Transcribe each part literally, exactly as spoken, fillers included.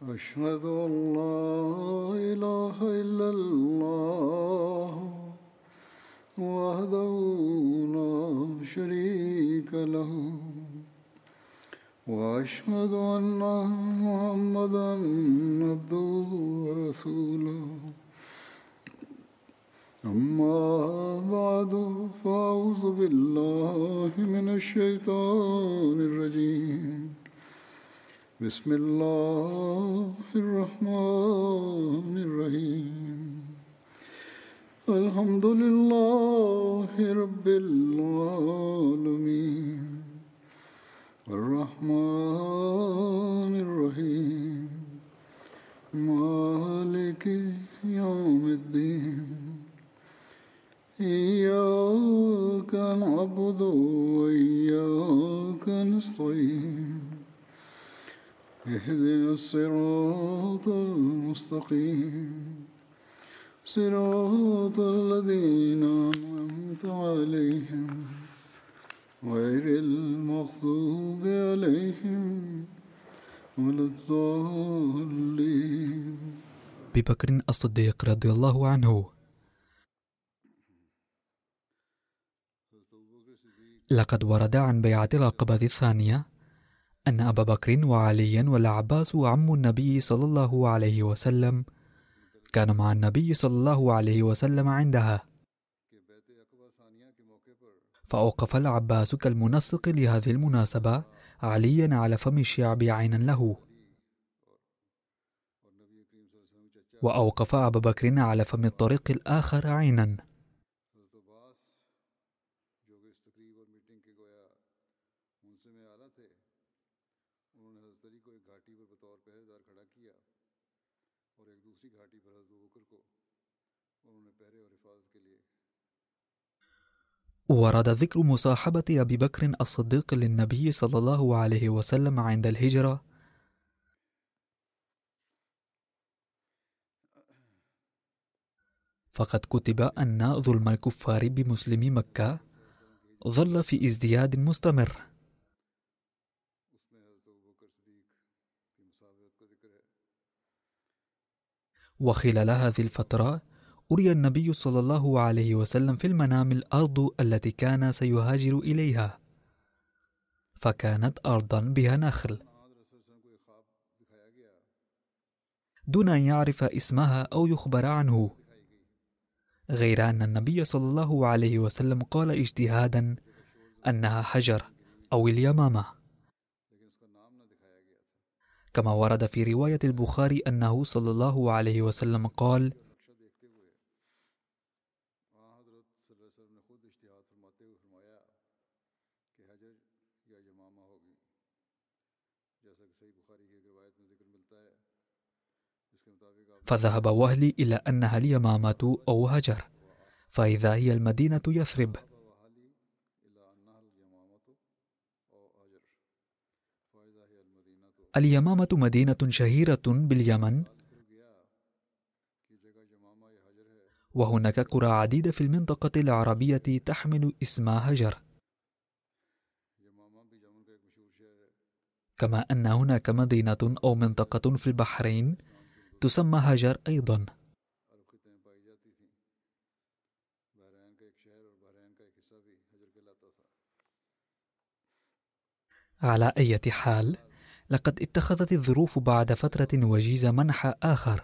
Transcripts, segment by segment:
أشهد أن لا إله إلا الله وحده لا شريك له وأشهد أن محمدا عبده ورسوله أما بعد فأعوذ بالله من الشيطان الرجيم بسم الله الرحمن الرحيم الحمد لله رب العالمين الرحمن الرحيم مالك يوم الدين إياك نعبد وإياك نستعين اهدنا الصراط المستقيم صراط الذين أنعمت عليهم غير المغضوب عليهم ولا الضالين. أبي بكر الصديق رضي الله عنه. لقد ورد عن بيعة العقبة الثانية أن أبا بكر وعليا والعباس عم النبي صلى الله عليه وسلم كانوا مع النبي صلى الله عليه وسلم عندها، فأوقف العباس كالمنسق لهذه المناسبة عليا على فم الشعب عينا له، وأوقف أبا بكر على فم الطريق الآخر عينا. ورد ذكر مصاحبة أبي بكر الصديق للنبي صلى الله عليه وسلم عند الهجرة، فقد كتب أن ظلم الكفار بمسلمي مكة ظل في ازدياد مستمر، وخلال هذه الفترة أري النبي صلى الله عليه وسلم في المنام الأرض التي كان سيهاجر إليها، فكانت أرضا بها نخل دون أن يعرف اسمها أو يخبر عنه، غير أن النبي صلى الله عليه وسلم قال اجتهادا أنها حجر أو اليمامة، كما ورد في رواية البخاري أنه صلى الله عليه وسلم قال: فذهب وهلي إلى أنها اليمامة أو هجر، فإذا هي المدينة يثرب. اليمامة مدينة شهيرة باليمن، وهناك قرى عديدة في المنطقة العربية تحمل اسم هجر، كما أن هناك مدينة أو منطقة في البحرين تسمى هجر أيضا. على أي حال، لقد اتخذت الظروف بعد فترة وجيزة منحى آخر،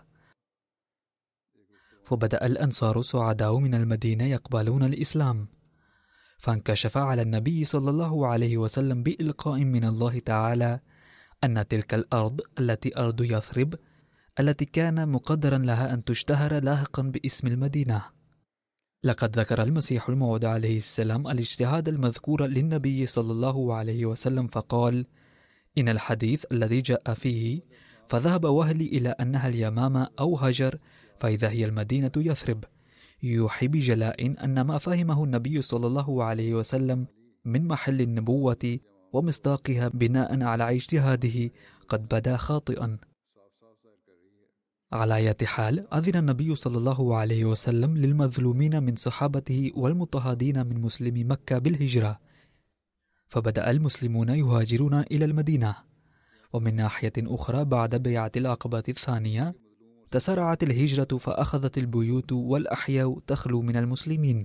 فبدأ الأنصار السعداء من المدينة يقبلون الإسلام، فانكشف على النبي صلى الله عليه وسلم بإلقاء من الله تعالى أن تلك الأرض التي أرض يثرب التي كان مقدرا لها أن تشتهر لاحقا باسم المدينة. لقد ذكر المسيح الموعود عليه السلام الاجتهاد المذكور للنبي صلى الله عليه وسلم فقال: إن الحديث الذي جاء فيه فذهب وهلي إلى أنها اليمامة أو هجر فإذا هي المدينة يثرب، يوحي بجلاء أن ما فهمه النبي صلى الله عليه وسلم من محل النبوة ومصداقها بناء على اجتهاده قد بدا خاطئا. على أي حال، أذن النبي صلى الله عليه وسلم للمظلومين من صحابته والمضطهدين من مسلمي مكة بالهجرة، فبدأ المسلمون يهاجرون إلى المدينة، ومن ناحية أخرى بعد بيعة العقبة الثانية تسارعت الهجرة، فأخذت البيوت والأحياء تخلو من المسلمين،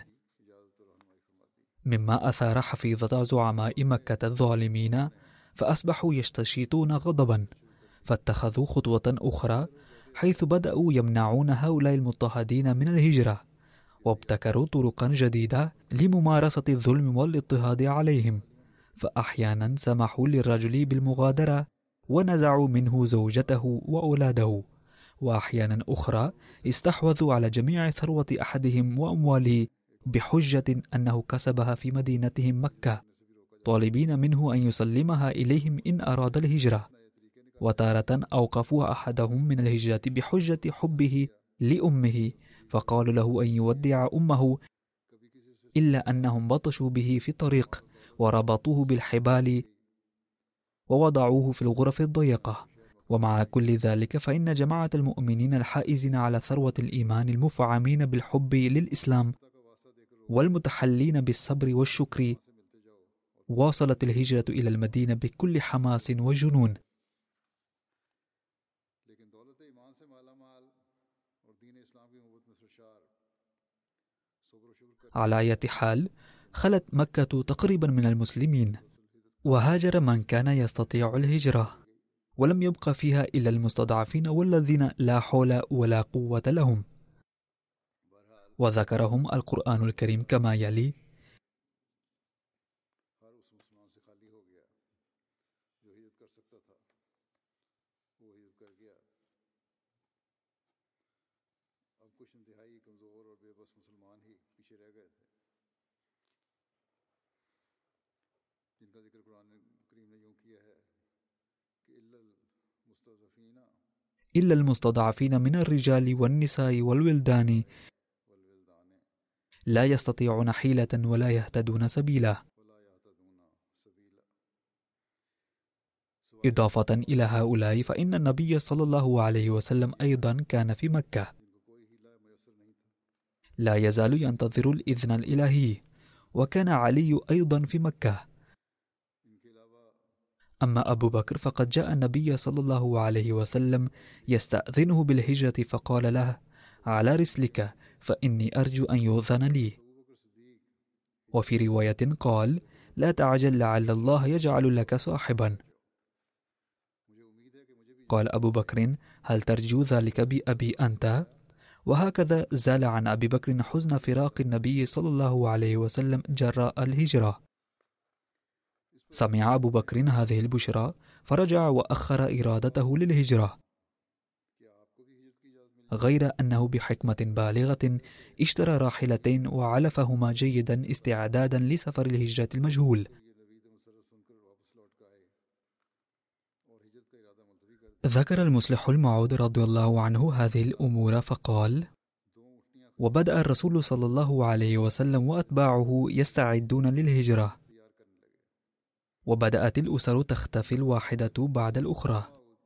مما أثار حفيظة زعماء مكة الظالمين، فأصبحوا يستشيطون غضبا، فاتخذوا خطوة أخرى حيث بدأوا يمنعون هؤلاء المضطهدين من الهجرة، وابتكروا طرقا جديدة لممارسة الظلم والاضطهاد عليهم، فأحيانا سمحوا للرجل بالمغادرة ونزعوا منه زوجته وأولاده، وأحيانا أخرى استحوذوا على جميع ثروة أحدهم وأمواله بحجة أنه كسبها في مدينتهم مكة، طالبين منه أن يسلمها إليهم إن أراد الهجرة. وتارة أوقفوا أحدهم من الهجرة بحجة حبه لأمه، فقالوا له أن يودع أمه، إلا أنهم بطشوا به في الطريق وربطوه بالحبال ووضعوه في الغرف الضيقة. ومع كل ذلك فإن جماعة المؤمنين الحائزين على ثروة الإيمان المفعمين بالحب للإسلام والمتحلين بالصبر والشكر واصلت الهجرة إلى المدينة بكل حماس وجنون. على أي حال خلت مكة تقريبا من المسلمين، وهاجر من كان يستطيع الهجرة، ولم يبقى فيها إلا المستضعفين والذين لا حول ولا قوة لهم، وذكرهم القرآن الكريم كما يلي: إلا المستضعفين من الرجال والنساء والولدان لا يستطيعون حيلة ولا يهتدون سبيلا. إضافة إلى هؤلاء فإن النبي صلى الله عليه وسلم أيضا كان في مكة، لا يزال ينتظر الإذن الإلهي، وكان علي أيضا في مكة. أما أبو بكر فقد جاء النبي صلى الله عليه وسلم يستأذنه بالهجرة، فقال له: على رسلك، فإني أرجو أن يؤذن لي. وفي رواية قال: لا تعجل لعل الله يجعل لك صاحبا. قال أبو بكر: هل ترجو ذلك بأبي أنت؟ وهكذا زال عن أبي بكر حزن فراق النبي صلى الله عليه وسلم جراء الهجرة. سمع أبو بكر هذه البشرى فرجع وأخر إرادته للهجرة، غير أنه بحكمة بالغة اشترى راحلتين وعلفهما جيدا استعدادا لسفر الهجرة المجهول. ذكر المصلح الموعود رضي الله عنه هذه الأمور فقال: وبدأ الرسول صلى الله عليه وسلم وأتباعه يستعدون للهجرة، وبدأت الأسر تختفي الواحدة بعد الأخرى.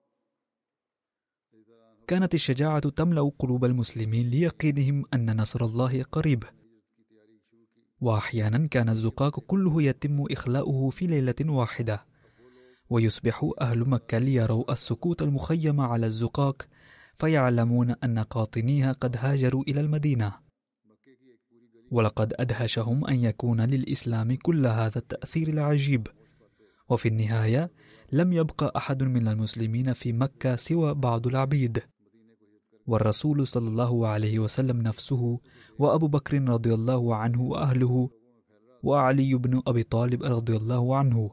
كانت الشجاعة تملأ قلوب المسلمين ليقينهم أن نصر الله قريب، وأحيانا كان الزقاق كله يتم إخلاؤه في ليلة واحدة، ويصبح أهل مكة ليروا السكوت المخيم على الزقاق فيعلمون أن قاطنيها قد هاجروا إلى المدينة. ولقد أدهشهم أن يكون للإسلام كل هذا التأثير العجيب، وفي النهاية لم يبقى أحد من المسلمين في مكة سوى بعض العبيد، والرسول صلى الله عليه وسلم نفسه، وأبو بكر رضي الله عنه وأهله، وعلي بن أبي طالب رضي الله عنه.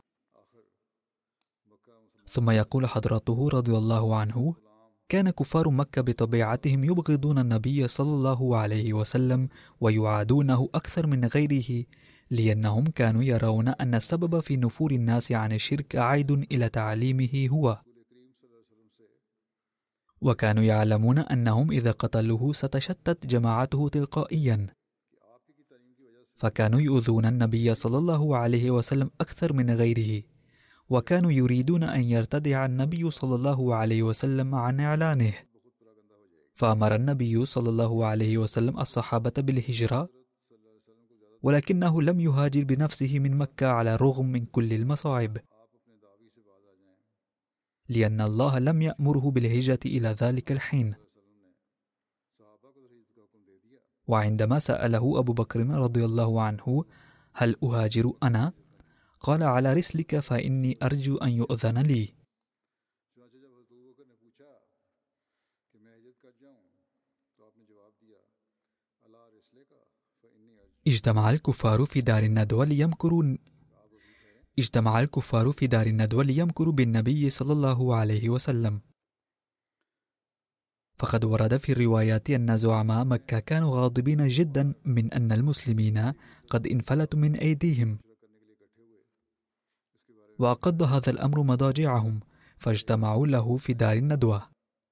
ثم يقول حضرته رضي الله عنه: كان كفار مكة بطبيعتهم يبغضون النبي صلى الله عليه وسلم ويعادونه أكثر من غيره، لأنهم كانوا يرون أن السبب في نفور الناس عن الشرك عائد إلى تعليمه هو، وكانوا يعلمون أنهم إذا قتلوه ستشتت جماعته تلقائيا، فكانوا يؤذون النبي صلى الله عليه وسلم أكثر من غيره، وكانوا يريدون أن يرتدع النبي صلى الله عليه وسلم عن إعلانه. فأمر النبي صلى الله عليه وسلم الصحابة بالهجرة، ولكنه لم يهاجر بنفسه من مكة على الرغم من كل المصاعب، لأن الله لم يأمره بالهجرة إلى ذلك الحين. وعندما سأله أبو بكر رضي الله عنه: هل أهاجر أنا؟ قال: على رسلك فإني أرجو أن يؤذن لي. اجتمع الكفار في دار الندوة ليمكروا اجتمع الكفار في دار الندوة ليمكروا بالنبي صلى الله عليه وسلم. فقد ورد في الروايات أن زعماء مكة كانوا غاضبين جدا من أن المسلمين قد انفلتوا من أيديهم، وأقض هذا الأمر مضاجعهم، فاجتمعوا له في دار الندوة.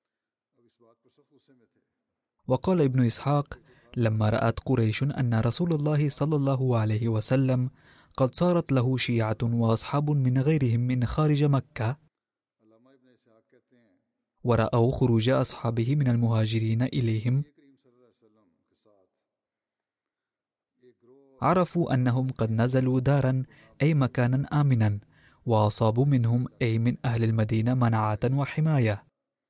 وقال ابن إسحاق: لما رأت قريش أن رسول الله صلى الله عليه وسلم قد صارت له شيعة وأصحاب من غيرهم من خارج مكة، ورأوا خروج أصحابه من المهاجرين إليهم، عرفوا أنهم قد نزلوا دارا أي مكانا آمنا، وأصابوا منهم أي من أهل المدينة منعة وحماية،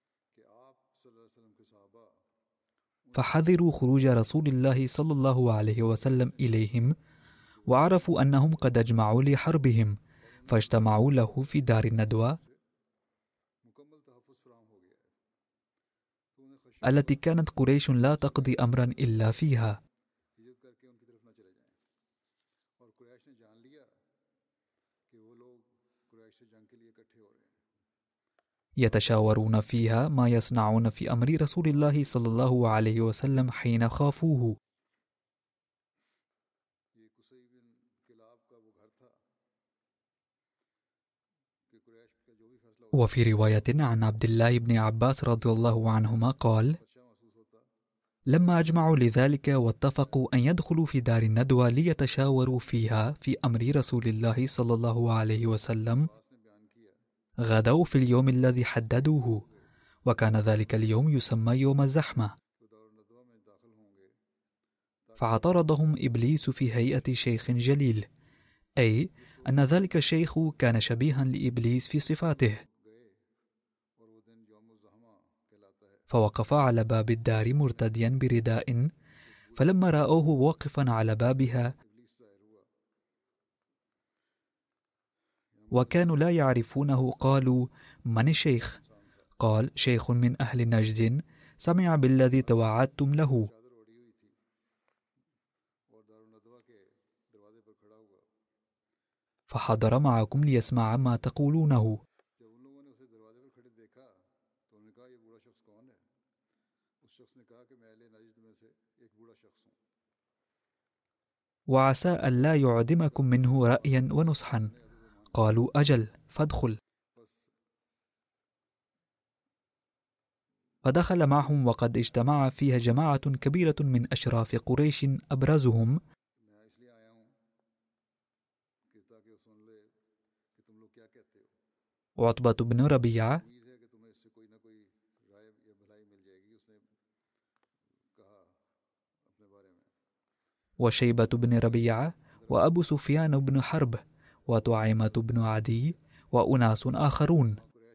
فحذروا خروج رسول الله صلى الله عليه وسلم إليهم، وعرفوا أنهم قد أجمعوا لحربهم، فاجتمعوا له في دار الندوة التي كانت قريش لا تقضي أمرا إلا فيها، يتشاورون فيها ما يصنعون في أمر رسول الله صلى الله عليه وسلم حين خافوه. وفي رواية عن عبد الله بن عباس رضي الله عنهما قال: لما أجمعوا لذلك واتفقوا أن يدخلوا في دار الندوة ليتشاوروا فيها في أمر رسول الله صلى الله عليه وسلم، غدوا في اليوم الذي حددوه، وكان ذلك اليوم يسمى يوم الزحمة. فاعترضهم إبليس في هيئة شيخ جليل، أي أن ذلك الشيخ كان شبيها لإبليس في صفاته، فوقف على باب الدار مرتديا برداء، فلما رأوه واقفا على بابها وكانوا لا يعرفونه قالوا: من الشيخ؟ قال: شيخ من أهل نجد سمع بالذي توعدتم له، فحضر معكم ليسمع ما تقولونه. وعسى أن لا يعدمكم منه رأيا ونصحا. قالوا: أجل، فادخل. فدخل معهم، وقد اجتمع فيها جماعة كبيرة من أشراف قريش، أبرزهم عتبة بن ربيعة، وشيبة بن ربيعة، وأبو سفيان بن حرب، وطعيمة بن عدي، وأناس آخرون.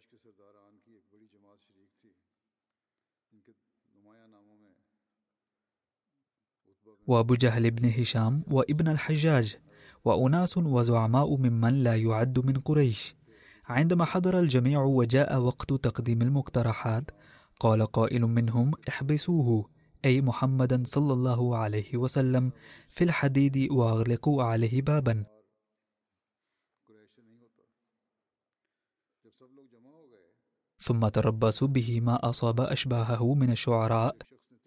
وأبو جهل بن هشام، وابن الحجاج، وأناس وزعماء ممن لا يعد من قريش. عندما حضر الجميع وجاء وقت تقديم المقترحات، قال قائل منهم: احبسوه، أي محمدا صلى الله عليه وسلم، في الحديد وأغلقوا عليه بابا. ثم تربصوا به ما أصاب أشباهه من الشعراء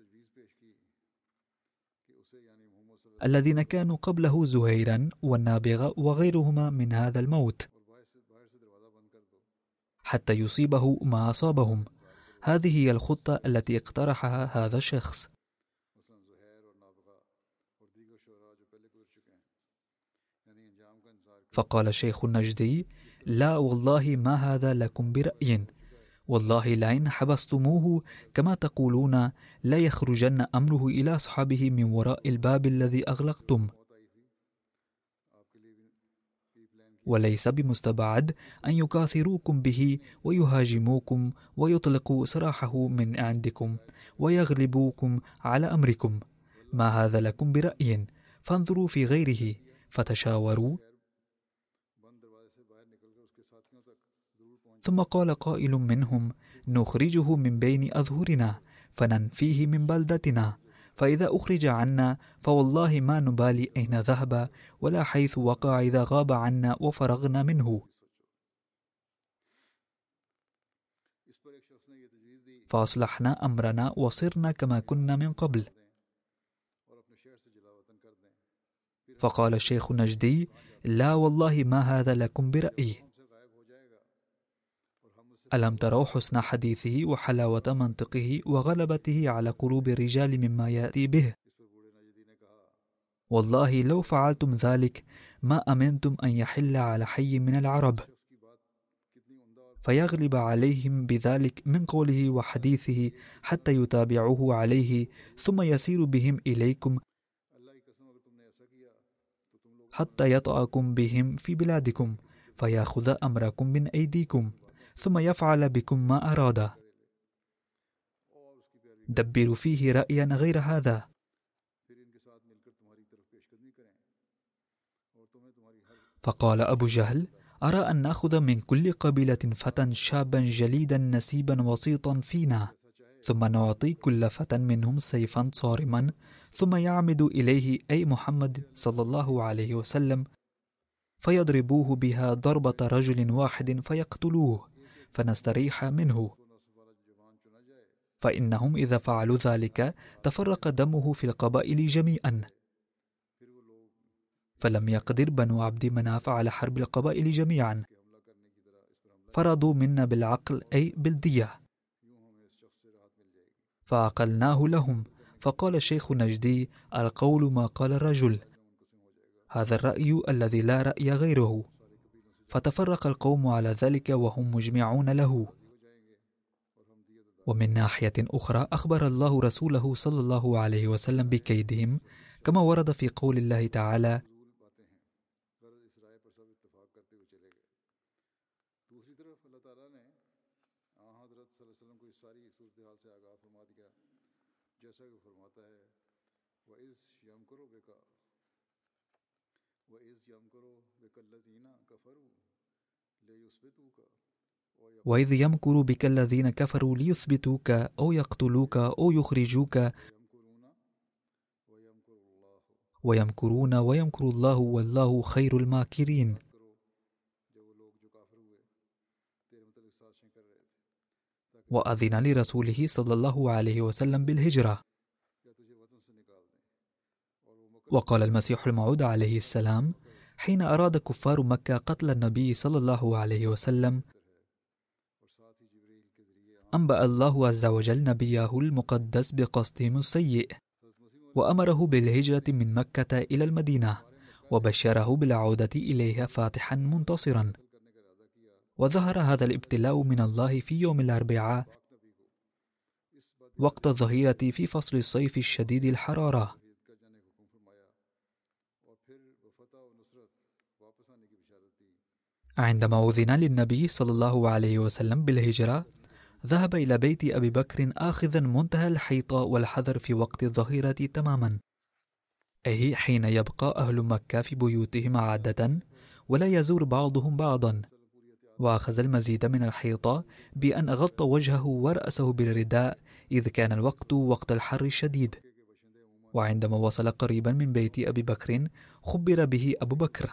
الذين كانوا قبله، زهيرا والنابغة وغيرهما من هذا الموت، حتى يصيبه ما أصابهم. هذه هي الخطة التي اقترحها هذا الشخص. فقال الشيخ النجدي: لا والله ما هذا لكم برأي، والله لئن حبستموه كما تقولون لا يخرجن أمره إلى أصحابه من وراء الباب الذي أغلقتم، وليس بمستبعد أن يكاثروكم به ويهاجموكم ويطلقوا سراحه من عندكم ويغلبوكم على أمركم. ما هذا لكم برأي؟ فانظروا في غيره فتشاوروا. ثم قال قائل منهم: نخرجه من بين أظهرنا فننفيه من بلدتنا، فإذا أخرج عنا فوالله ما نبالي أين ذهب ولا حيث وقع إذا غاب عنا وفرغنا منه. فأصلحنا أمرنا وصرنا كما كنا من قبل. فقال الشيخ النجدي: لا والله ما هذا لكم برأي. ألم تروا حسن حديثه وحلاوة منطقه وغلبته على قلوب الرجال مما يأتي به؟ والله لو فعلتم ذلك ما أمنتم أن يحل على حي من العرب فيغلب عليهم بذلك من قوله وحديثه حتى يتابعوه عليه، ثم يسير بهم إليكم حتى يطأكم بهم في بلادكم فيأخذ أمركم من أيديكم ثم يفعل بكم ما أراد. دبروا فيه رأيا غير هذا. فقال أبو جهل: أرى أن نأخذ من كل قبيلة فتى شابا جليدا نسيبا وسيطا فينا، ثم نعطي كل فتى منهم سيفا صارما، ثم يعمد إليه أي محمد صلى الله عليه وسلم فيضربوه بها ضربة رجل واحد فيقتلوه فنستريح منه، فإنهم إذا فعلوا ذلك تفرق دمه في القبائل جميعا. فلم يقدر بنو عبد مناف على حرب القبائل جميعا، فرضوا منا بالعقل أي بالدية، فعقلناه لهم. فقال الشيخ النجدي: القول ما قال الرجل، هذا الرأي الذي لا رأي غيره. فتفرق القوم على ذلك وهم مجمعون له. ومن ناحية أخرى أخبر الله رسوله صلى الله عليه وسلم بكيدهم كما ورد في قول الله تعالى: وإذ يمكر بك الذين كفروا ليثبتوك أو يقتلوك أو يخرجوك ويمكرون ويمكر الله والله خير الماكرين. وأذن لرسوله صلى الله عليه وسلم بالهجرة. وقال المسيح الموعود عليه السلام حين أراد كفار مكة قتل النبي صلى الله عليه وسلم: أنبأ الله عز وجل نبيه المقدس بقصدهم السيء، وأمره بالهجرة من مكة إلى المدينة، وبشره بالعودة إليها فاتحا منتصرا. وظهر هذا الابتلاء من الله في يوم الأربعاء وقت الظهيرة في فصل الصيف الشديد الحرارة. عندما أذن للنبي صلى الله عليه وسلم بالهجرة ذهب إلى بيت أبي بكر آخذا منتهى الحيطة والحذر في وقت الظهيرة تماما، أي حين يبقى أهل مكة في بيوتهم عادة ولا يزور بعضهم بعضا. وأخذ المزيد من الحيطة بأن غطى وجهه ورأسه بالرداء إذ كان الوقت وقت الحر الشديد. وعندما وصل قريبا من بيت أبي بكر خبر به أبو بكر.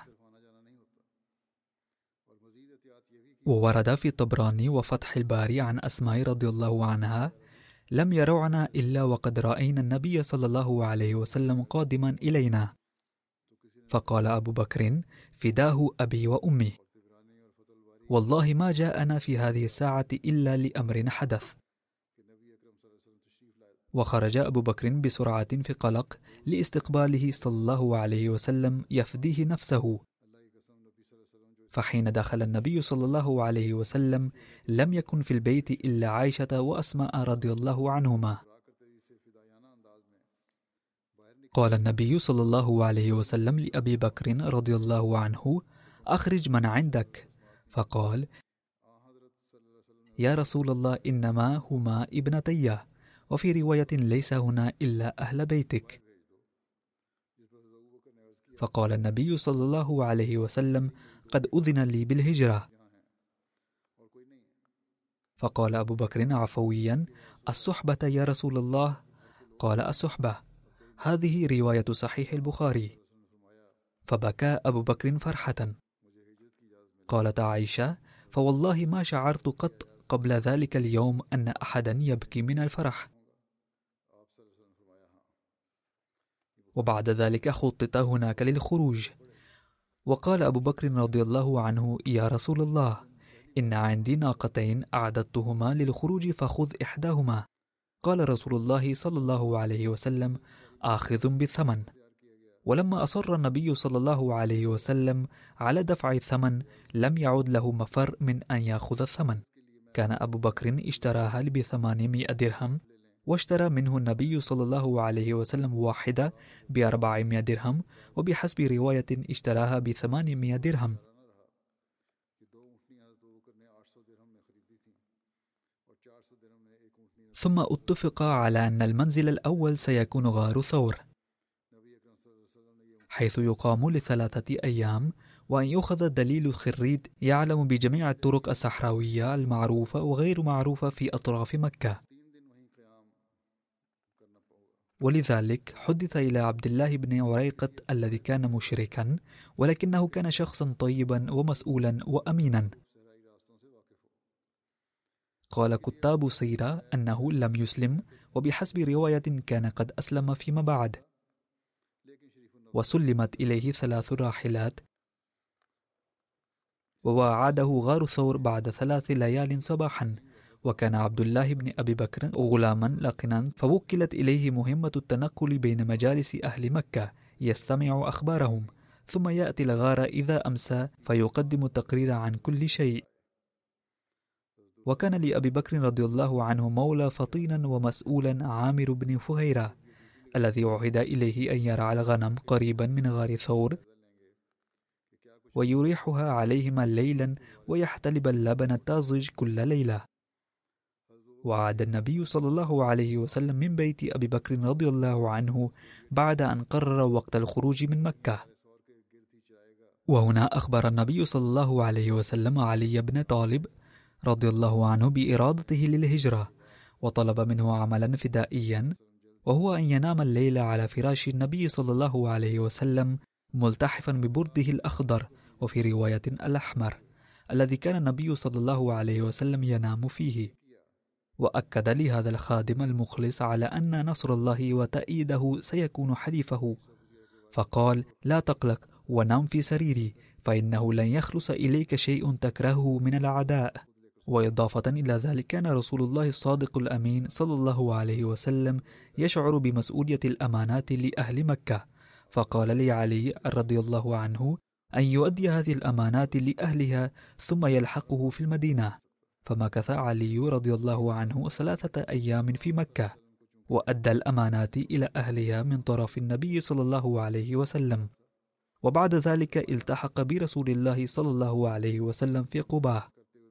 وورد في الطبراني وفتح الباري عن أسماء رضي الله عنها: لم يروعنا إلا وقد رأينا النبي صلى الله عليه وسلم قادما إلينا. فقال أبو بكر: فداه أبي وأمي، والله ما جاءنا في هذه الساعة إلا لأمر حدث. وخرج أبو بكر بسرعة في قلق لاستقباله صلى الله عليه وسلم يفديه نفسه. فحين دخل النبي صلى الله عليه وسلم لم يكن في البيت إلا عائشة وأسماء رضي الله عنهما. قال النبي صلى الله عليه وسلم لأبي بكر رضي الله عنه: أخرج من عندك. فقال: يا رسول الله، إنما هما ابنتي، وفي رواية ليس هنا إلا أهل بيتك. فقال النبي صلى الله عليه وسلم: قد أذن لي بالهجرة. فقال أبو بكر عفويا: الصحبة يا رسول الله؟ قال: الصحبة. هذه رواية صحيح البخاري. فبكى أبو بكر فرحة. قالت عائشة: فوالله ما شعرت قط قبل ذلك اليوم أن أحدا يبكي من الفرح. وبعد ذلك خطط هناك للخروج. وقال أبو بكر رضي الله عنه: يا رسول الله، إن عندي ناقتين أعددتهما للخروج، فخذ إحداهما. قال رسول الله صلى الله عليه وسلم: آخذ بالثمن. ولما أصر النبي صلى الله عليه وسلم على دفع الثمن لم يعد له مفر من أن يأخذ الثمن. كان أبو بكر اشتراها بثمانمائة درهم، واشترى منه النبي صلى الله عليه وسلم واحدة بأربعمائة درهم، وبحسب رواية اشتراها بثمانمائة درهم. ثم اتفق على أن المنزل الأول سيكون غار ثور، حيث يقام لثلاثة أيام، وأن يؤخذ دليل خريت يعلم بجميع الطرق الصحراوية المعروفة وغير معروفة في أطراف مكة. ولذلك حدث إلى عبد الله بن عريقة الذي كان مشركا، ولكنه كان شخصا طيبا ومسؤولا وأمينا. قال كتاب سيرة أنه لم يسلم، وبحسب رواية كان قد أسلم فيما بعد. وسلمت إليه ثلاث راحلات، وواعده غار ثور بعد ثلاث ليال صباحا. وكان عبد الله بن أبي بكر غلاما لقنا، فوكلت إليه مهمة التنقل بين مجالس أهل مكة يستمع أخبارهم، ثم يأتي الغار إذا أمسى فيقدم التقرير عن كل شيء. وكان لأبي بكر رضي الله عنه مولى فطينا ومسؤولا عامر بن فهيرة، الذي عهد إليه أن يرعى الغنم قريبا من غار ثور ويريحها عليهما ليلا ويحتلب اللبن الطازج كل ليلة. وعاد النبي صلى الله عليه وسلم من بيت أبي بكر رضي الله عنه بعد أن قرر وقت الخروج من مكة. وهنا أخبر النبي صلى الله عليه وسلم علي بن طالب رضي الله عنه بإرادته للهجرة، وطلب منه عملا فدائيا، وهو أن ينام الليل على فراش النبي صلى الله عليه وسلم ملتحفا ببرده الأخضر، وفي رواية الأحمر، الذي كان النبي صلى الله عليه وسلم ينام فيه. وأكد لهذا الخادم المخلص على أن نصر الله وتأييده سيكون حليفه، فقال: لا تقلق ونم في سريري، فإنه لن يخلص إليك شيء تكرهه من العداء. وإضافة إلى ذلك كان رسول الله الصادق الأمين صلى الله عليه وسلم يشعر بمسؤولية الأمانات لأهل مكة، فقال لعلي رضي الله عنه أن يؤدي هذه الأمانات لأهلها ثم يلحقه في المدينة. فمكث علي رضي الله عنه ثلاثة أيام في مكة، وأدى الأمانات إلى أهلها من طرف النبي صلى الله عليه وسلم. وبعد ذلك التحق برسول الله صلى الله عليه وسلم في قباء.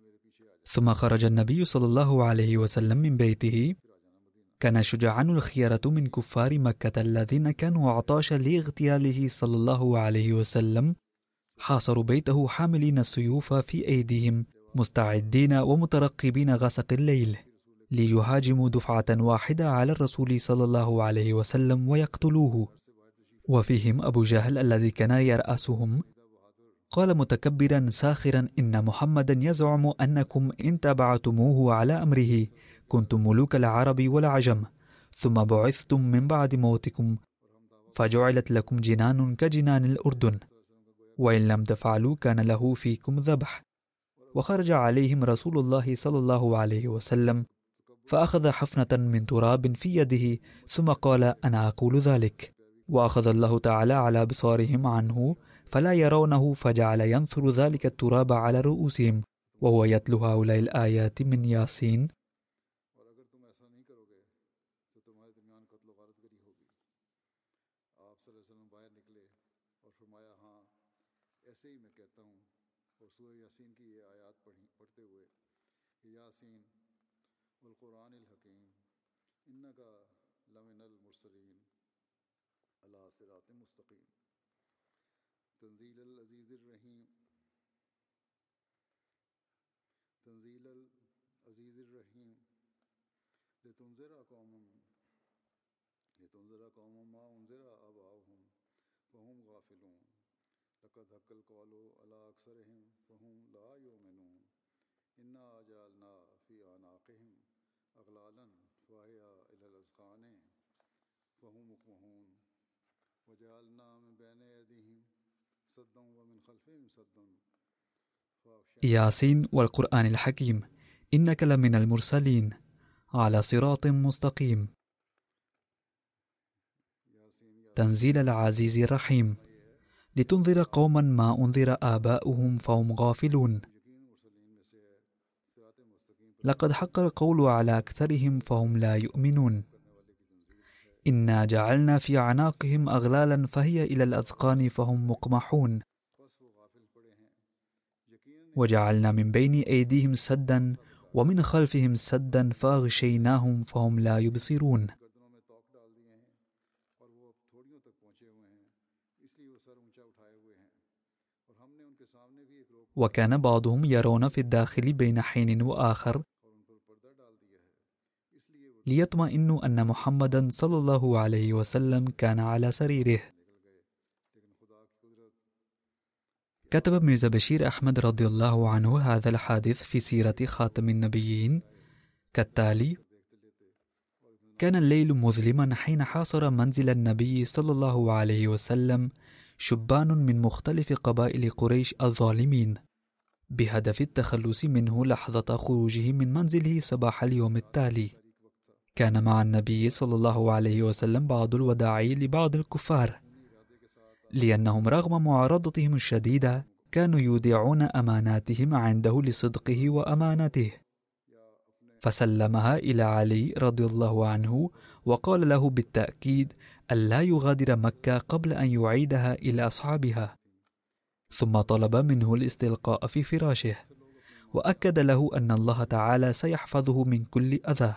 ثم خرج النبي صلى الله عليه وسلم من بيته. كان شجعان الخيرة من كفار مكة الذين كانوا عطاشا لاغتياله صلى الله عليه وسلم، حاصروا بيته حاملين السيوف في أيديهم، مستعدين ومترقبين غسق الليل، ليهاجموا دفعة واحدة على الرسول صلى الله عليه وسلم ويقتلوه. وفيهم أبو جهل الذي كان يرأسهم. قال متكبرا ساخرا: إن محمدا يزعم أنكم إن تبعتموه على أمره كنتم ملوك العرب والعجم، ثم بعثتم من بعد موتكم فجعلت لكم جنان كجنان الأردن، وإن لم تفعلوا كان له فيكم ذبح. وخرج عليهم رسول الله صلى الله عليه وسلم، فأخذ حفنة من تراب في يده، ثم قال: أنا أقول ذلك. وأخذ الله تعالى على بصارهم عنه فلا يرونه، فجعل ينثر ذلك التراب على رؤوسهم وهو يتلو هؤلاء الآيات من ياسين. ऐसे ही मैं कहता हूँ। और सूरह यासीन की ये आयत पढ़ते हुए, यासीन वल कुरानिल हकीम इन्नका लमिनल मुरसलीन अला सिरातिम मुस्तकीम तंजीलल अजीज़िर रहीम तंजीलल अजीज़िर रहीम लितुनज़िरा कौमम लितुनज़िरा कौमम मा उनज़िरा आबाहुम फहुम गाफिलून लक़द हक़्क़ल क़ौलु अला अक्सरिहिम फहुम ला युमिनून इन्ना जअलना फ़ी अनाक़िहिम अग़लालन फ़हिया इलल अज़क़ानि फहुम मुक़महून वजअलना मिन बैनि अयदीहिम सद्दन व मिन ख़ल्फ़िहिम सद्दन यासीन वल क़ुरआनिल हकीम इन्नका लमिनल मुरसलीन अला सिरातिम मुस्तक़ीम तंज़ीलल अज़ीज़िर रहीम लितुनज़िरा क़ौमन मा उनज़िरा आबाउहुम फ़हुम गाफ़िलून लक़द हक़्क़ल क़ौलु अला अक्सरिहिम फ़हुम ला युमिनून इन्ना जअलना फ़ी अनाक़िहिम अग़लालन फ़हिया इलल अज़क़ानि फ़हुम मुक़महून वजअलना मिन बैनि अयदीहिम सद्दन व मिन ख़ल्फ़िहिम सद्दन फ़अग़शयनाहुम फ़हुम ला युबसिरून वकान बादुहुम यरौन फ़ी दाख़िल बैन हीन व आख़र लियत्मइन्नु अन्न मुहम्मदन सल्लल्लाहु अलैहि वसल्लम कान अला सरीरिह। كتب ميرزا بشير أحمد رضي الله عنه هذا الحادث في سيرة خاتم النبيين كالتالي: كان الليل مظلما حين حاصر منزل النبي صلى الله عليه وسلم شبان من مختلف قبائل قريش الظالمين بهدف التخلص منه لحظة خروجه من منزله صباح اليوم التالي. كان مع النبي صلى الله عليه وسلم بعض الوداعي لبعض الكفار، لأنهم رغم معارضتهم الشديدة كانوا يودعون أماناتهم عنده لصدقه وأمانته، فسلمها إلى علي رضي الله عنه وقال له بالتأكيد ألا يغادر مكة قبل أن يعيدها إلى أصحابها، ثم طلب منه الاستلقاء في فراشه، وأكد له أن الله تعالى سيحفظه من كل أذى.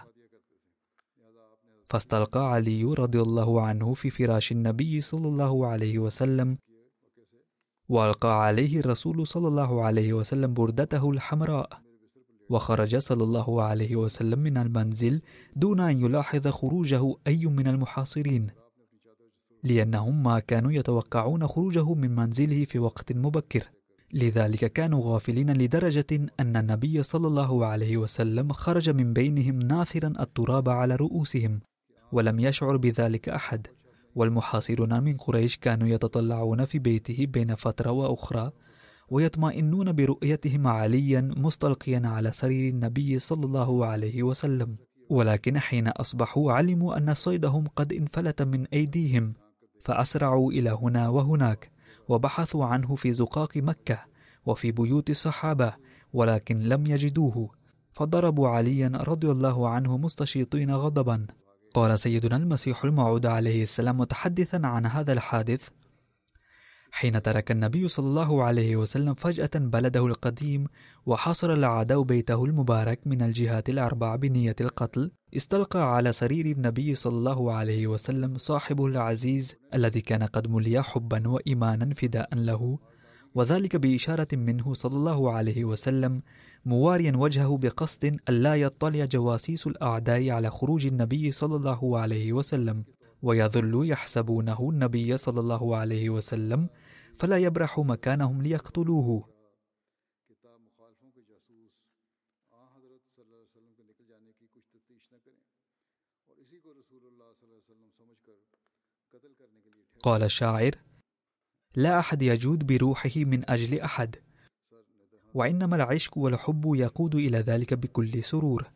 فاستلقى علي رضي الله عنه في فراش النبي صلى الله عليه وسلم، وألقى عليه الرسول صلى الله عليه وسلم بردته الحمراء، وخرج صلى الله عليه وسلم من المنزل دون أن يلاحظ خروجه أي من المحاصرين، لأنهم ما كانوا يتوقعون خروجه من منزله في وقت مبكر، لذلك كانوا غافلين لدرجة أن النبي صلى الله عليه وسلم خرج من بينهم ناثرا التراب على رؤوسهم، ولم يشعر بذلك أحد. والمحاصرون من قريش كانوا يتطلعون في بيته بين فترة وأخرى ويطمئنون برؤيتهم عليا مستلقيا على سرير النبي صلى الله عليه وسلم، ولكن حين أصبحوا علموا أن صيدهم قد انفلت من أيديهم، فأسرعوا إلى هنا وهناك وبحثوا عنه في زقاق مكة وفي بيوت الصحابة، ولكن لم يجدوه، فضربوا عليا رضي الله عنه مستشيطين غضبا. قال سيدنا المسيح الموعود عليه السلام متحدثا عن هذا الحادث: حين ترك النبي صلى الله عليه وسلم فجأة بلده القديم وحاصر الأعداء بيته المبارك من الجهات الأربع بنية القتل، استلقى على سرير النبي صلى الله عليه وسلم صاحبه العزيز الذي كان قد ملي حبا وإيمانا فداء له، وذلك بإشارة منه صلى الله عليه وسلم مواريا وجهه بقصد ألا يطلع جواسيس الأعداء على خروج النبي صلى الله عليه وسلم، ويظل يحسبونه النبي صلى الله عليه وسلم فلا يبرح مكانهم ليقتلوه. قال الشاعر: لا أحد يجود بروحه من أجل أحد، وإنما العشق والحب يقود إلى ذلك بكل سرور.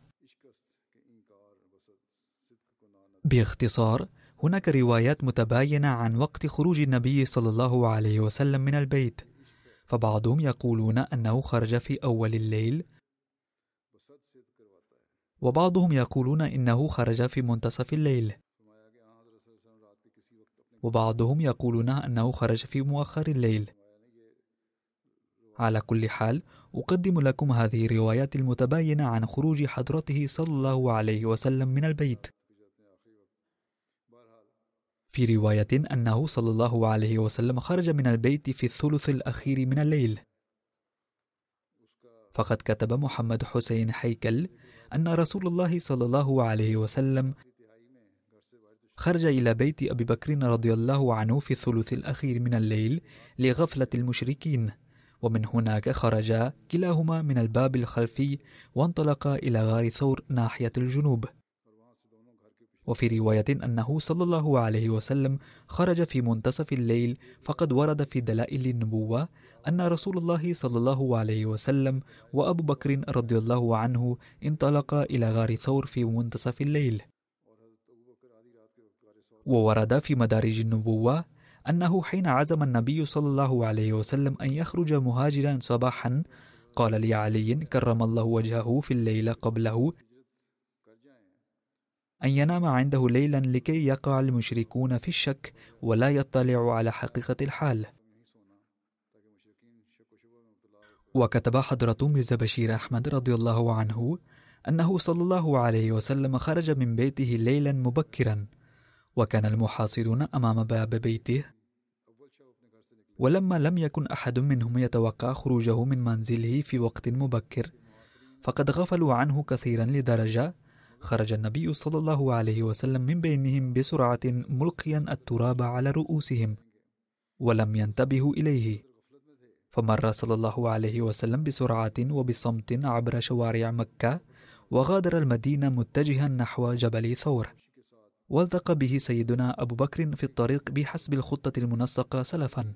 باختصار، هناك روايات متباينة عن وقت خروج النبي صلى الله عليه وسلم من البيت، فبعضهم يقولون أنه خرج في أول الليل، وبعضهم يقولون إنه خرج في منتصف الليل، وبعضهم يقولون أنه خرج في مؤخر الليل، على كل حال أقدم لكم هذه الروايات المتباينة عن خروج حضرته صلى الله عليه وسلم من البيت. في رواية أنه صلى الله عليه وسلم خرج من البيت في الثلث الأخير من الليل. فقد كتب محمد حسين حيكل أن رسول الله صلى الله عليه وسلم خرج إلى بيت أبي بكر رضي الله عنه في الثلث الأخير من الليل لغفلة المشركين، ومن هناك خرجا كلاهما من الباب الخلفي وانطلقا إلى غار ثور ناحية الجنوب. وفي رواية أنه صلى الله عليه وسلم خرج في منتصف الليل، فقد ورد في دلائل النبوة أن رسول الله صلى الله عليه وسلم وأبو بكر رضي الله عنه انطلقا إلى غار ثور في منتصف الليل. وورد في مدارج النبوة أنه حين عزم النبي صلى الله عليه وسلم أن يخرج مهاجرا صباحا قال لعلي كرم الله وجهه في الليل قبله أن ينام عنده ليلا لكي يقع المشركون في الشك ولا يطلع على حقيقة الحال. وكتب حضرة مرزا بشير أحمد رضي الله عنه أنه صلى الله عليه وسلم خرج من بيته ليلا مبكرا، وكان المحاصرون أمام باب بيته، ولما لم يكن أحد منهم يتوقع خروجه من منزله في وقت مبكر فقد غفلوا عنه كثيرا، لدرجة خرج النبي صلى الله عليه وسلم من بينهم بسرعة ملقيا التراب على رؤوسهم ولم ينتبهوا إليه، فمر صلى الله عليه وسلم بسرعة وبصمت عبر شوارع مكة وغادر المدينة متجها نحو جبل ثور، والتق به سيدنا أبو بكر في الطريق بحسب الخطة المنسقة سلفا.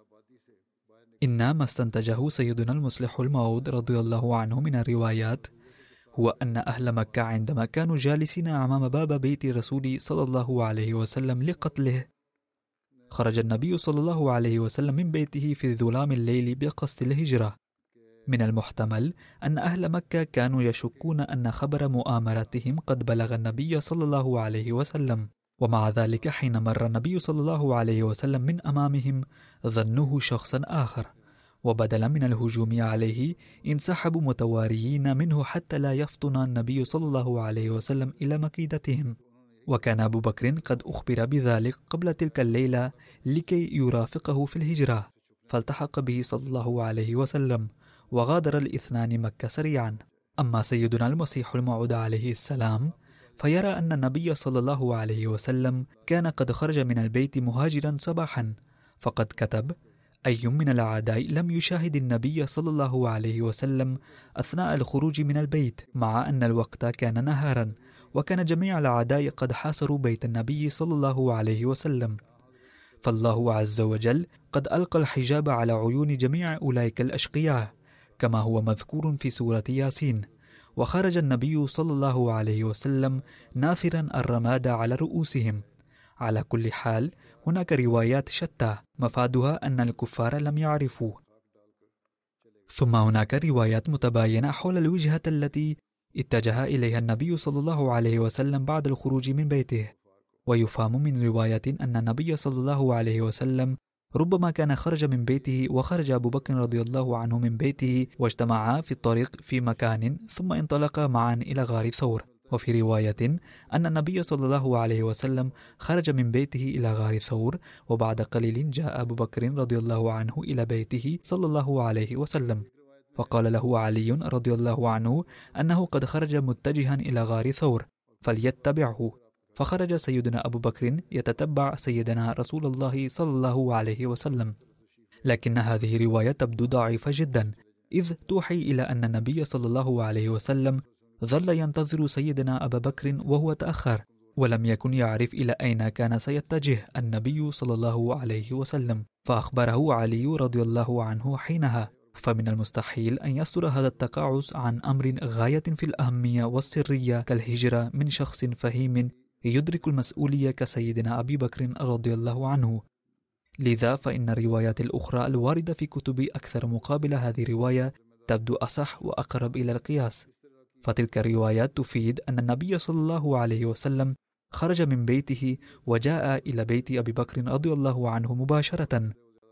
إن ما استنتجه سيدنا المصلح الموعود رضي الله عنه من الروايات هو أن أهل مكة عندما كانوا جالسين أمام باب بيت رسول صلى الله عليه وسلم لقتله، خرج النبي صلى الله عليه وسلم من بيته في ظلام الليل بقصد الهجرة. من المحتمل أن أهل مكة كانوا يشكون أن خبر مؤامرتهم قد بلغ النبي صلى الله عليه وسلم، ومع ذلك حين مر النبي صلى الله عليه وسلم من أمامهم ظنوه شخصا آخر، وبدلا من الهجوم عليه انسحبوا متواريين منه حتى لا يفطن النبي صلى الله عليه وسلم إلى مكيدتهم. وكان أبو بكر قد أخبر بذلك قبل تلك الليلة لكي يرافقه في الهجرة، فالتحق به صلى الله عليه وسلم وغادر الاثنان مكة سريعا. أما سيدنا المسيح الموعود عليه السلام فيرى أن النبي صلى الله عليه وسلم كان قد خرج من البيت مهاجرا صباحا، فقد كتب: أي من الأعداء لم يشاهد النبي صلى الله عليه وسلم أثناء الخروج من البيت، مع أن الوقت كان نهارا وكان جميع الأعداء قد حاصروا بيت النبي صلى الله عليه وسلم، فالله عز وجل قد ألقى الحجاب على عيون جميع أولئك الأشقياء كما هو مذكور في سورة ياسين، وخرج النبي صلى الله عليه وسلم ناثرا الرماد على رؤوسهم. على كل حال هناك روايات شتى مفادها أن الكفار لم يعرفوه. ثم هناك روايات متباينة حول الوجهة التي اتجه إليها النبي صلى الله عليه وسلم بعد الخروج من بيته، ويفهم من رواية أن النبي صلى الله عليه وسلم ربما كان خرج من بيته وخرج أبو بكر رضي الله عنه من بيته واجتمعا في الطريق في مكان ثم انطلقا معا إلى غار ثور. وفي رواية أن النبي صلى الله عليه وسلم خرج من بيته إلى غار ثور، وبعد قليل جاء أبو بكر رضي الله عنه إلى بيته صلى الله عليه وسلم، فقال له علي رضي الله عنه أنه قد خرج متجها إلى غار ثور فليتبعه، فخرج سيدنا أبو بكر يتتبع سيدنا رسول الله صلى الله عليه وسلم. لكن هذه رواية تبدو ضعيفة جدا، إذ توحي إلى أن النبي صلى الله عليه وسلم ظل ينتظر سيدنا أبا بكر وهو تأخر، ولم يكن يعرف إلى أين كان سيتجه النبي صلى الله عليه وسلم، فأخبره علي رضي الله عنه حينها. فمن المستحيل أن يصدر هذا التقاعس عن أمر غاية في الأهمية والسرية كالهجرة من شخص فهيم يدرك المسؤولية كسيدنا أبي بكر رضي الله عنه. لذا فإن الروايات الأخرى الواردة في كتب أكثر مقابل هذه الرواية تبدو أصح وأقرب إلى القياس، فتلك الروايات تفيد أن النبي صلى الله عليه وسلم خرج من بيته وجاء إلى بيت أبي بكر رضي الله عنه مباشرة،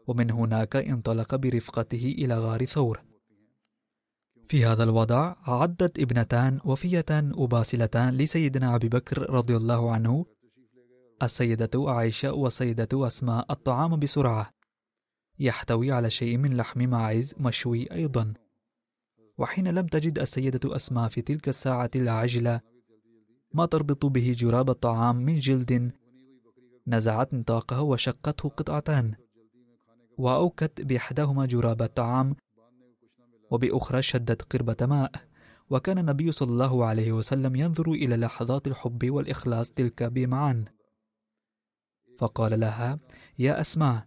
ومن هناك انطلق برفقته إلى غار ثور. في هذا الوضع عدت ابنتان وفيتان وباسلتان لسيدنا أبي بكر رضي الله عنه السيدة عائشة والسيدة أسماء الطعام بسرعة، يحتوي على شيء من لحم ماعز مشوي أيضا. وحين لم تجد السيدة أسماء في تلك الساعة العاجلة ما تربط به جراب الطعام من جلد، نزعت نطاقه وشقته قطعتان، وأوكت بإحداهما جراب الطعام وبأخرى شدت قربة ماء. وكان النبي صلى الله عليه وسلم ينظر إلى لحظات الحب والإخلاص تلك بمعان، فقال لها: يا أسماء،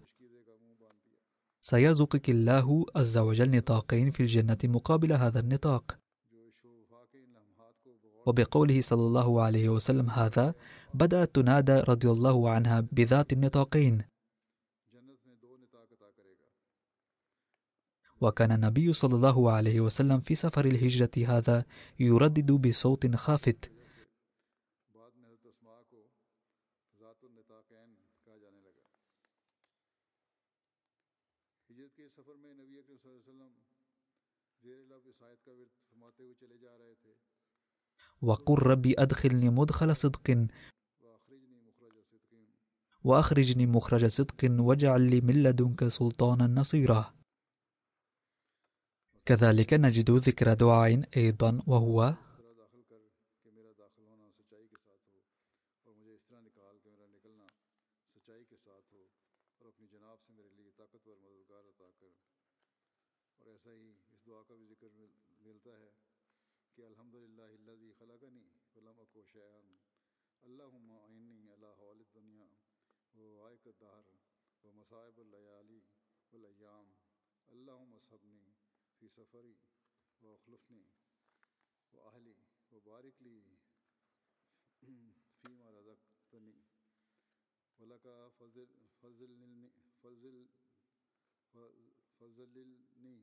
سيرزقك الله عز وجل نطاقين في الجنة مقابل هذا النطاق. وبقوله صلى الله عليه وسلم هذا بدأت تنادى رضي الله عنها بذات النطاقين. وكان النبي صلى الله عليه وسلم في سفر الهجرة هذا يردد بصوت خافت: وقل ربي أدخلني مدخل صدق وأخرجني مخرج صدق واجعل لي من لدنك سلطانا نصيرا. كذلك نجد ذكر دعاء أيضا، وهو: في سفري وأخلفني وأهلي وبارك لي فيما رزقتني ولك فضل فضلني فضل فضلني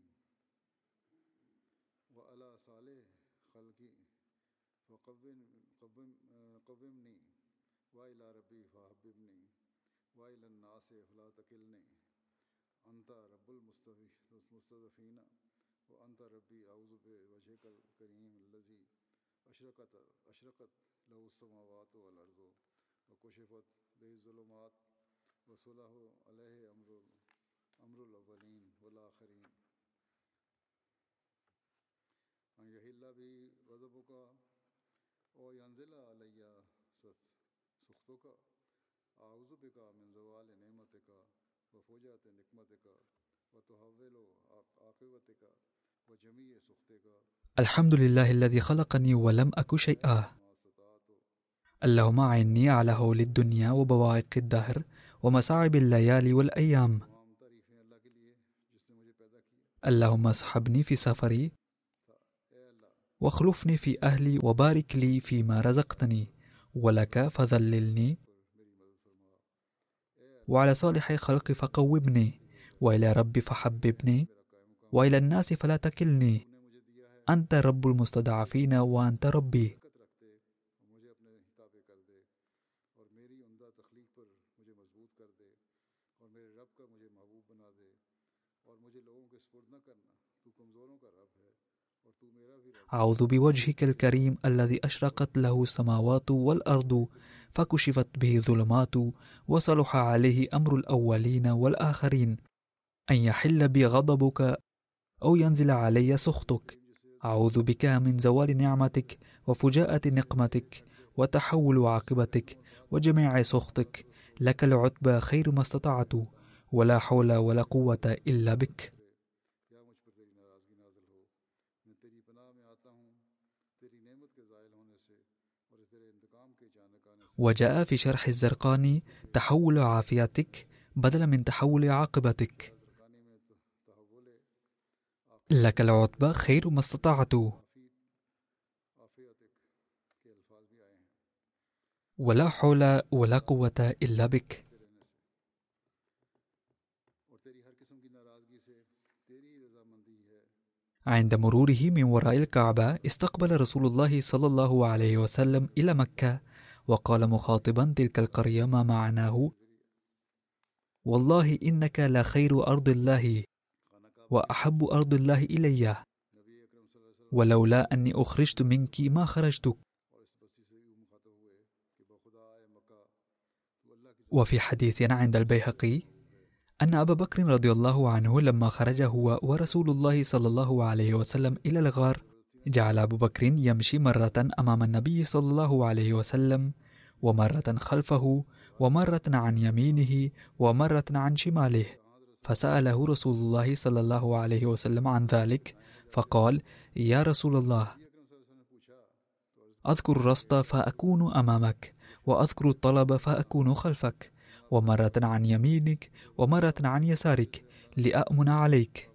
وعلى صالح خلقي فقوم قوم قومني وإلى ربي فحببني وإلى الناس فلا تكلني أنت رب المستضعفين وأنت ربي أعوذ بوجهك الكريم الذي أشرقت أشرقت له السماوات والأرض وكشفت به الظلمات وصلح عليه أمر أمر الأولين والآخرين أن يحل بي غضبك أو ينزل علي سخطك أعوذ بك من زوال نعمتك وفجأة نقمتك وتحول عاقبتك وجميع سخطك. الحمد لله الذي خلقني ولم أك شيئا. اللهم أعني على هول الدنيا وبوائق الدهر ومصاعب الليالي والأيام. اللهم اصحبني في سفري واخلفني في أهلي وبارك لي فيما رزقتني ولك فذللني وعلى صالح خلق فقومني وإلى ربي فحببني وإلى الناس فلا تكلني أنت رب المستضعفين وأنت ربي. أعوذ بوجهك الكريم الذي أشرقت له السماوات والأرض فكشفت به الظلمات وصلح عليه أمر الأولين والآخرين أن يحل بي غضبك أو ينزل علي سخطك. أعوذ بك من زوال نعمتك وفجاءة نقمتك وتحول عاقبتك وجميع سخطك. لك العتبى خير ما استطعت ولا حول ولا قوة إلا بك. وجاء في شرح الزرقاني تحول عافيتك بدلا من تحول عاقبتك. لك العتبى خير ما استطعت ولا حول ولا قوة إلا بك. عند مروره من وراء الكعبة استقبل رسول الله صلى الله عليه وسلم إلى مكة وقال مخاطبا تلك القرية ما معناه: والله إنك لخير أرض الله وأحب أرض الله إلي، ولولا أني أخرجت منك ما خرجت. وفي حديث عند البيهقي أن أبا بكر رضي الله عنه لما خرج هو ورسول الله صلى الله عليه وسلم إلى الغار، جعل أبو بكر يمشي مرة أمام النبي صلى الله عليه وسلم، ومرة خلفه، ومرة عن يمينه، ومرة عن شماله، فسأله رسول الله صلى الله عليه وسلم عن ذلك، فقال: يا رسول الله، أذكر الرصد فأكون أمامك، وأذكر الطلب فأكون خلفك، ومرة عن يمينك ومرة عن يسارك، لأأمن عليك.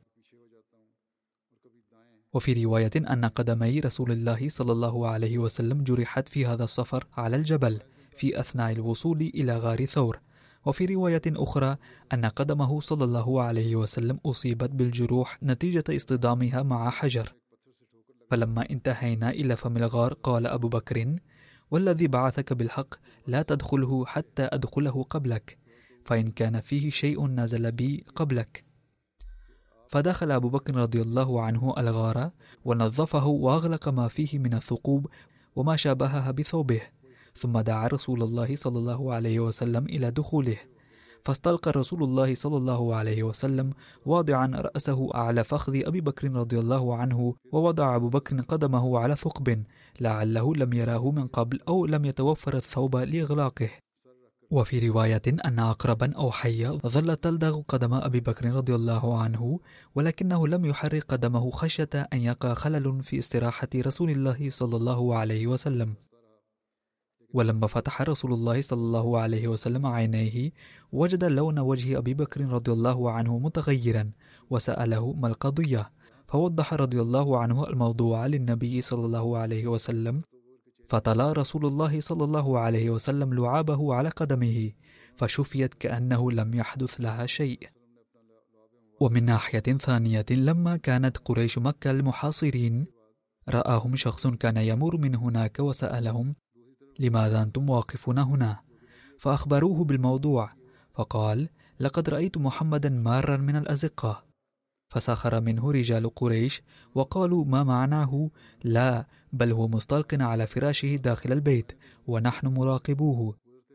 وفي رواية أن قدمي رسول الله صلى الله عليه وسلم جرحت في هذا السفر على الجبل في أثناء الوصول إلى غار ثور. وفي رواية أخرى أن قدمه صلى الله عليه وسلم أصيبت بالجروح نتيجة اصطدامها مع حجر. فلما انتهينا إلى فم الغار قال أبو بكر: والذي بعثك بالحق لا تدخله حتى أدخله قبلك، فإن كان فيه شيء نزل بي قبلك. فدخل أبو بكر رضي الله عنه الغار ونظفه وأغلق ما فيه من الثقوب وما شابهها بثوبه، ثم دعا رسول الله صلى الله عليه وسلم إلى دخوله، فاستلقى رسول الله صلى الله عليه وسلم واضعا رأسه أعلى فخذ أبي بكر رضي الله عنه، ووضع أبو بكر قدمه على ثقب لعله لم يراه من قبل أو لم يتوفر الثوب لإغلاقه. وفي رواية أن عقربا أو حية ظلت تلدغ قدم أبي بكر رضي الله عنه، ولكنه لم يحرك قدمه خشية أن يقع خلل في استراحة رسول الله صلى الله عليه وسلم. ولما فتح رسول الله صلى الله عليه وسلم عينيه وجد لون وجه أبي بكر رضي الله عنه متغيرا، وسأله ما القضية، فوضح رضي الله عنه الموضوع للنبي صلى الله عليه وسلم، فتلا رسول الله صلى الله عليه وسلم لعابه على قدمه، فشفيت كأنه لم يحدث لها شيء. ومن ناحية ثانية، لما كانت قريش مكة المحاصرين رآهم شخص كان يمر من هناك وسألهم: لماذا أنتم واقفون هنا؟ فأخبروه بالموضوع، فقال: لقد رأيت محمدا مارا من الأزقة. فسخر منه رجال قريش وقالوا: ما معناه؟ لا، بل هو مستلق على فراشه داخل البيت ونحن مراقبوه.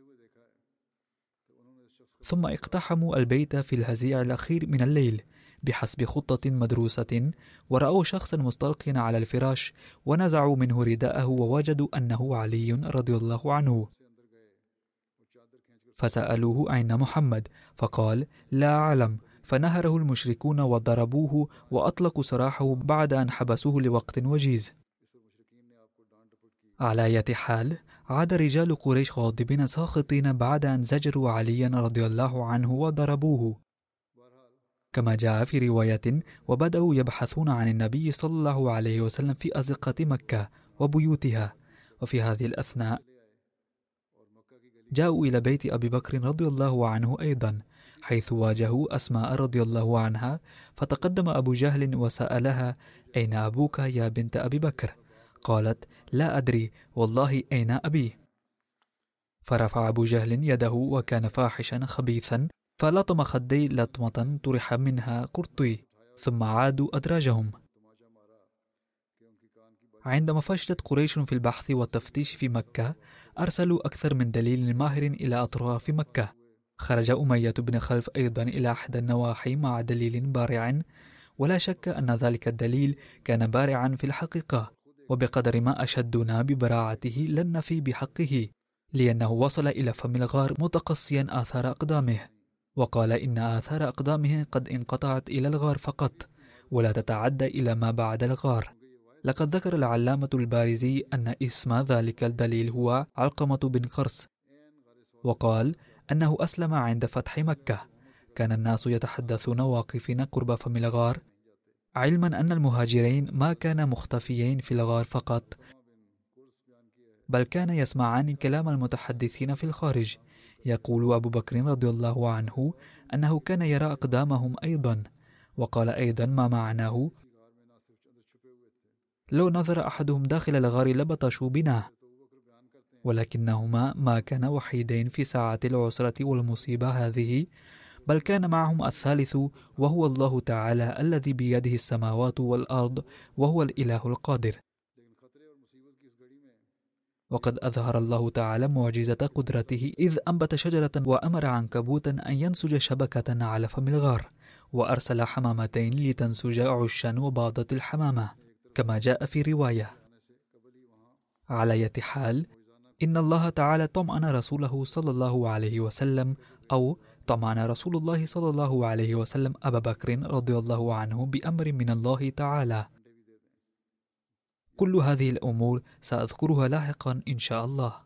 ثم اقتحموا البيت في الهزيع الأخير من الليل بحسب خطة مدروسة، ورأوا شخصا مستلقيا على الفراش، ونزعوا منه رداءه ووجدوا أنه علي رضي الله عنه. فسألوه: أين محمد؟ فقال: لا أعلم. فنهره المشركون وضربوه وأطلقوا سراحه بعد أن حبسوه لوقت وجيز. على أية حال، عاد رجال قريش غاضبين ساخطين بعد أن زجروا عليا رضي الله عنه وضربوه، كما جاء في رواية: وبدأوا يبحثون عن النبي صلى الله عليه وسلم في أزقة مكة وبيوتها. وفي هذه الأثناء جاءوا إلى بيت أبي بكر رضي الله عنه أيضا، حيث واجهوا أسماء رضي الله عنها، فتقدم أبو جهل وسألها: أين أبوك يا بنت أبي بكر؟ قالت: لا أدري والله أين أبي. فرفع أبو جهل يده وكان فاحشا خبيثا، فلطم خدي لطمة طرح منها قرطي، ثم عادوا أدراجهم. عندما فشلت قريش في البحث والتفتيش في مكة، أرسلوا أكثر من دليل ماهر إلى أطراف مكة. خرج أمية بن خلف أيضا إلى أحد النواحي مع دليل بارع، ولا شك أن ذلك الدليل كان بارعا في الحقيقة، وبقدر ما أشدنا ببراعته لن نفي بحقه، لأنه وصل إلى فم الغار متقصيا آثار أقدامه، وقال إن آثار أقدامه قد انقطعت إلى الغار فقط ولا تتعدى إلى ما بعد الغار. لقد ذكر العلامة البارزي أن اسم ذلك الدليل هو علقمة بن قرص، وقال أنه أسلم عند فتح مكة. كان الناس يتحدثون واقفين قرب فم الغار، علما أن المهاجرين ما كانا مختفيين في الغار فقط، بل كان يسمعان كلام المتحدثين في الخارج. يقول أبو بكر رضي الله عنه أنه كان يرى أقدامهم أيضا، وقال أيضا ما معناه: لو نظر أحدهم داخل الغار لبطشوا بنا. ولكنهما ما كانا وحيدين في ساعة العسرة والمصيبة هذه، بل كان معهم الثالث وهو الله تعالى الذي بيده السماوات والأرض وهو الإله القادر. وقد أظهر الله تعالى معجزة قدرته إذ أنبت شجرة وأمر عنكبوتا أن ينسج شبكة على فم الغار، وأرسل حمامتين لتنسج عشا وباضت الحمامة كما جاء في رواية. على أية حال، إن الله تعالى طمأن رسوله صلى الله عليه وسلم أو طمأن رسول الله صلى الله عليه وسلم أبا بكر رضي الله عنه بأمر من الله تعالى. كل هذه الأمور سأذكرها لاحقا إن شاء الله.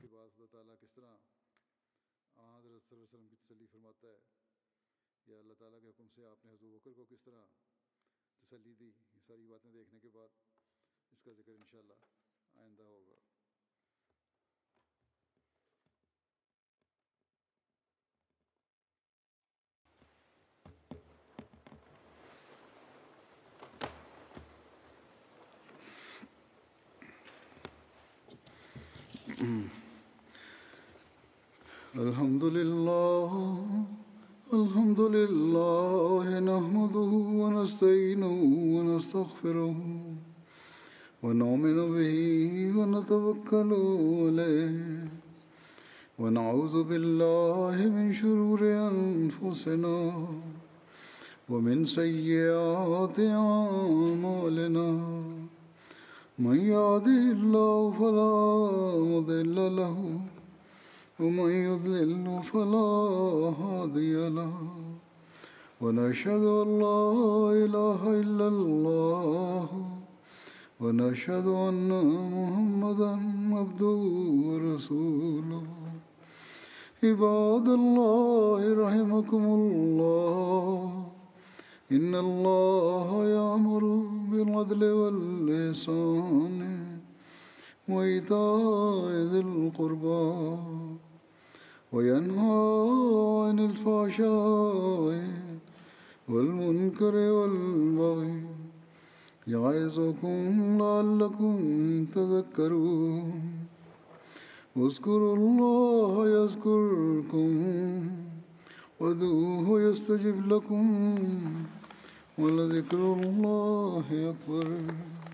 الحمد لله الحمد لله نحمده ونستعينه ونستغفره ونؤمن به ونتوكل عليه ونعوذ بالله من شرور أنفسنا ومن سيئات أعمالنا من يهده الله فلا مضل له ومن يضلل فلا هادي له ونشهد أن لا إله إلا الله ونشهد أن محمدا عبده ورسوله. عباد الله رحمكم الله، إن الله يأمر بالعدل والإحسان وإيتاء ذي القربى وينهى عن الفحشاء والمنكر والبغي يعظكم لعلكم تذكرون. اذكروا الله يذكركم وادعوه يستجب لكم ولذكر الله أكبر.